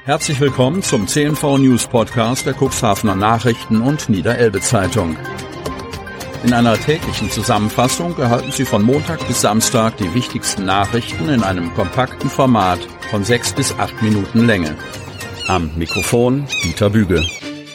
Herzlich willkommen zum CNV News Podcast der Cuxhavener Nachrichten und Niederelbe Zeitung. In einer täglichen Zusammenfassung erhalten Sie von Montag bis Samstag die wichtigsten Nachrichten in einem kompakten Format von 6 bis 8 Minuten Länge. Am Mikrofon Dieter Büge.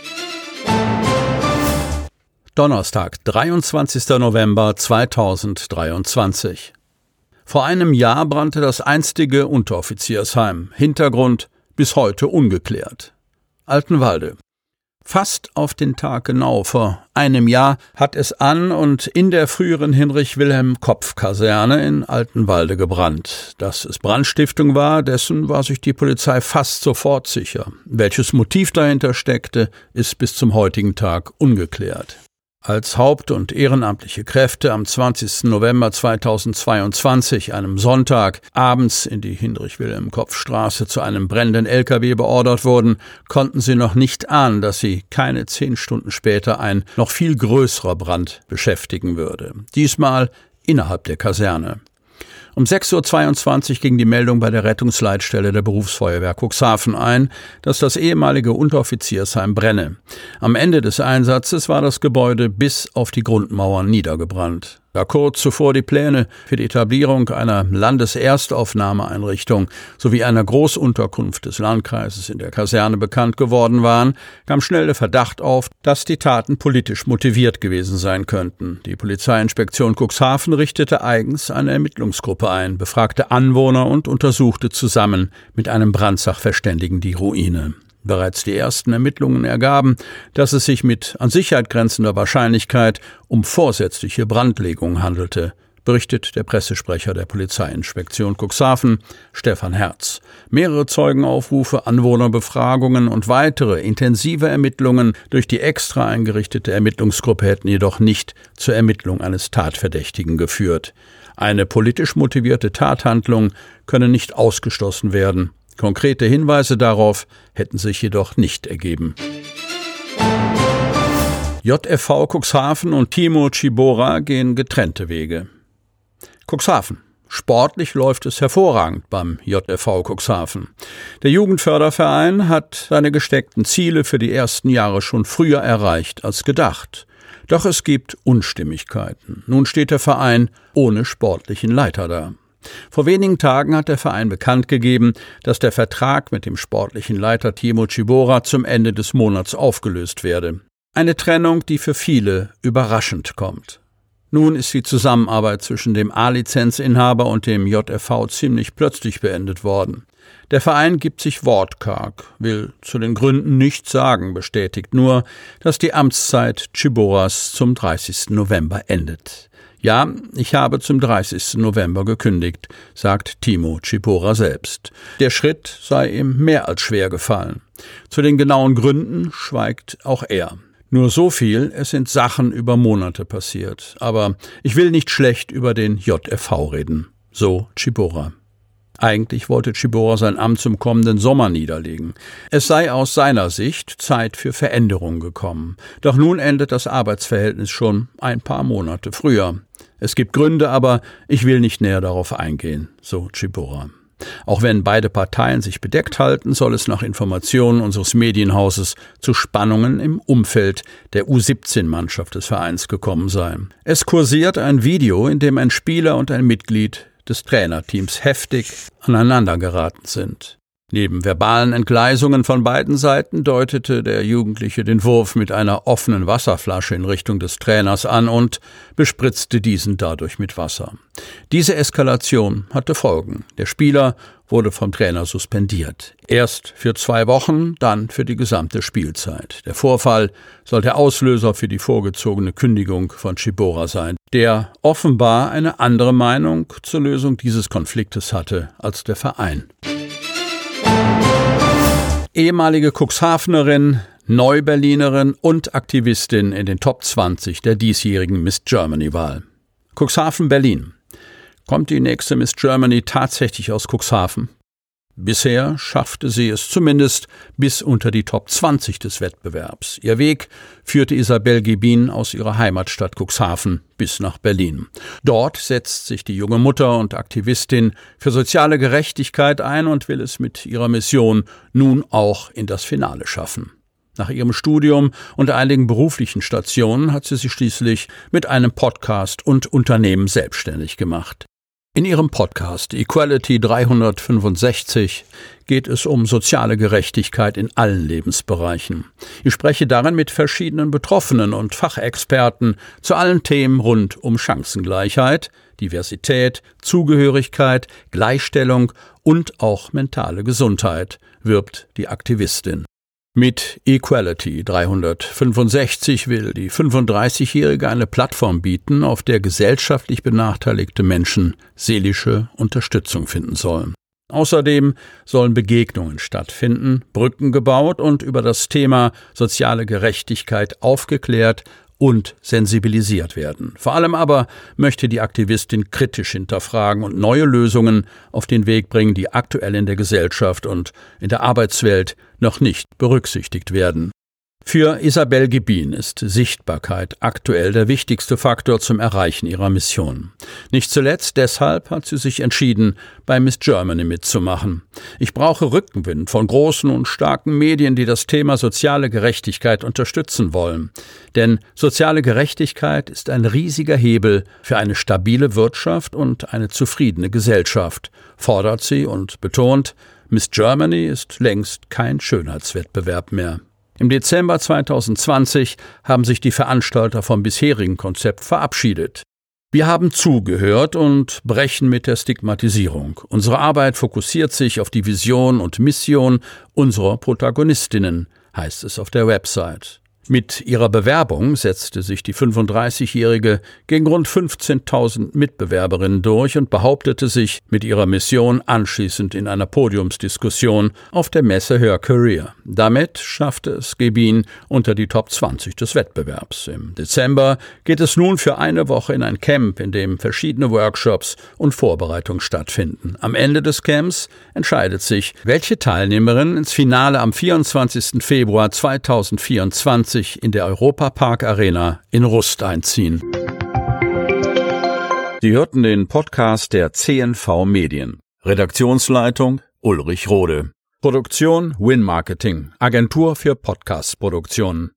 Donnerstag, 23. November 2023. Vor einem Jahr brannte das einstige Unteroffiziersheim. Hintergrund bis heute ungeklärt. Altenwalde. Fast auf den Tag genau vor einem Jahr hat es an und in der früheren Hinrich-Wilhelm-Kopf-Kaserne in Altenwalde gebrannt. Dass es Brandstiftung war, dessen war sich die Polizei fast sofort sicher. Welches Motiv dahinter steckte, ist bis zum heutigen Tag ungeklärt. Als Haupt- und ehrenamtliche Kräfte am 20. November 2022, einem Sonntag, abends in die Hinrich-Wilhelm-Kopf-Straße zu einem brennenden LKW beordert wurden, konnten sie noch nicht ahnen, dass sie keine 10 Stunden später ein noch viel größerer Brand beschäftigen würde. Diesmal innerhalb der Kaserne. Um 6.22 Uhr ging die Meldung bei der Rettungsleitstelle der Berufsfeuerwehr Cuxhaven ein, dass das ehemalige Unteroffiziersheim brenne. Am Ende des Einsatzes war das Gebäude bis auf die Grundmauern niedergebrannt. Da kurz zuvor die Pläne für die Etablierung einer Landeserstaufnahmeeinrichtung sowie einer Großunterkunft des Landkreises in der Kaserne bekannt geworden waren, kam schnell der Verdacht auf, dass die Taten politisch motiviert gewesen sein könnten. Die Polizeiinspektion Cuxhaven richtete eigens eine Ermittlungsgruppe ein, befragte Anwohner und untersuchte zusammen mit einem Brandsachverständigen die Ruine. Bereits die ersten Ermittlungen ergaben, dass es sich mit an Sicherheit grenzender Wahrscheinlichkeit um vorsätzliche Brandlegung handelte, berichtet der Pressesprecher der Polizeiinspektion Cuxhaven, Stefan Herz. Mehrere Zeugenaufrufe, Anwohnerbefragungen und weitere intensive Ermittlungen durch die extra eingerichtete Ermittlungsgruppe hätten jedoch nicht zur Ermittlung eines Tatverdächtigen geführt. Eine politisch motivierte Tathandlung könne nicht ausgeschlossen werden. Konkrete Hinweise darauf hätten sich jedoch nicht ergeben. JFV Cuxhaven und Timo Tschibora gehen getrennte Wege. Cuxhaven. Sportlich läuft es hervorragend beim JFV Cuxhaven. Der Jugendförderverein hat seine gesteckten Ziele für die ersten Jahre schon früher erreicht als gedacht. Doch es gibt Unstimmigkeiten. Nun steht der Verein ohne sportlichen Leiter da. Vor wenigen Tagen hat der Verein bekannt gegeben, dass der Vertrag mit dem sportlichen Leiter Timo Tschibora zum Ende des Monats aufgelöst werde. Eine Trennung, die für viele überraschend kommt. Nun ist die Zusammenarbeit zwischen dem A-Lizenzinhaber und dem JFV ziemlich plötzlich beendet worden. Der Verein gibt sich wortkarg, will zu den Gründen nichts sagen, bestätigt nur, dass die Amtszeit Tschiboras zum 30. November endet. Ja, ich habe zum 30. November gekündigt, sagt Timo Tschibora selbst. Der Schritt sei ihm mehr als schwer gefallen. Zu den genauen Gründen schweigt auch er. Nur so viel, es sind Sachen über Monate passiert. Aber ich will nicht schlecht über den JFV reden, so Tschibora. Eigentlich wollte Tschibora sein Amt zum kommenden Sommer niederlegen. Es sei aus seiner Sicht Zeit für Veränderungen gekommen. Doch nun endet das Arbeitsverhältnis schon ein paar Monate früher. Es gibt Gründe, aber ich will nicht näher darauf eingehen, so Tschibora. Auch wenn beide Parteien sich bedeckt halten, soll es nach Informationen unseres Medienhauses zu Spannungen im Umfeld der U17-Mannschaft des Vereins gekommen sein. Es kursiert ein Video, in dem ein Spieler und ein Mitglied des Trainerteams heftig aneinander geraten sind. Neben verbalen Entgleisungen von beiden Seiten deutete der Jugendliche den Wurf mit einer offenen Wasserflasche in Richtung des Trainers an und bespritzte diesen dadurch mit Wasser. Diese Eskalation hatte Folgen. Der Spieler wurde vom Trainer suspendiert. Erst für 2 Wochen, dann für die gesamte Spielzeit. Der Vorfall soll der Auslöser für die vorgezogene Kündigung von Tschibora sein, der offenbar eine andere Meinung zur Lösung dieses Konfliktes hatte als der Verein. Ehemalige Cuxhavenerin, Neuberlinerin und Aktivistin in den Top 20 der diesjährigen Miss Germany-Wahl. Cuxhaven, Berlin. Kommt die nächste Miss Germany tatsächlich aus Cuxhaven? Bisher schaffte sie es zumindest bis unter die Top 20 des Wettbewerbs. Ihr Weg führte Isabelle Gebien aus ihrer Heimatstadt Cuxhaven bis nach Berlin. Dort setzt sich die junge Mutter und Aktivistin für soziale Gerechtigkeit ein und will es mit ihrer Mission nun auch in das Finale schaffen. Nach ihrem Studium und einigen beruflichen Stationen hat sie sich schließlich mit einem Podcast und Unternehmen selbstständig gemacht. In ihrem Podcast Equality 365 geht es um soziale Gerechtigkeit in allen Lebensbereichen. Ich spreche darin mit verschiedenen Betroffenen und Fachexperten zu allen Themen rund um Chancengleichheit, Diversität, Zugehörigkeit, Gleichstellung und auch mentale Gesundheit, wirbt die Aktivistin. Mit Equality 365 will die 35-Jährige eine Plattform bieten, auf der gesellschaftlich benachteiligte Menschen seelische Unterstützung finden sollen. Außerdem sollen Begegnungen stattfinden, Brücken gebaut und über das Thema soziale Gerechtigkeit aufgeklärt und sensibilisiert werden. Vor allem aber möchte die Aktivistin kritisch hinterfragen und neue Lösungen auf den Weg bringen, die aktuell in der Gesellschaft und in der Arbeitswelt noch nicht berücksichtigt werden. Für Isabelle Gebien ist Sichtbarkeit aktuell der wichtigste Faktor zum Erreichen ihrer Mission. Nicht zuletzt deshalb hat sie sich entschieden, bei Miss Germany mitzumachen. Ich brauche Rückenwind von großen und starken Medien, die das Thema soziale Gerechtigkeit unterstützen wollen. Denn soziale Gerechtigkeit ist ein riesiger Hebel für eine stabile Wirtschaft und eine zufriedene Gesellschaft, fordert sie und betont, Miss Germany ist längst kein Schönheitswettbewerb mehr. Im Dezember 2020 haben sich die Veranstalter vom bisherigen Konzept verabschiedet. Wir haben zugehört und brechen mit der Stigmatisierung. Unsere Arbeit fokussiert sich auf die Vision und Mission unserer Protagonistinnen, heißt es auf der Website. Mit ihrer Bewerbung setzte sich die 35-Jährige gegen rund 15.000 Mitbewerberinnen durch und behauptete sich mit ihrer Mission anschließend in einer Podiumsdiskussion auf der Messe Her Career. Damit schaffte es Gebien unter die Top 20 des Wettbewerbs. Im Dezember geht es nun für eine Woche in ein Camp, in dem verschiedene Workshops und Vorbereitungen stattfinden. Am Ende des Camps entscheidet sich, welche Teilnehmerinnen ins Finale am 24. Februar 2024 in der Europa-Park Arena in Rust einziehen. Sie hörten den Podcast der CNV Medien. Redaktionsleitung Ulrich Rode. Produktion Win Marketing, Agentur für Podcast-Produktionen.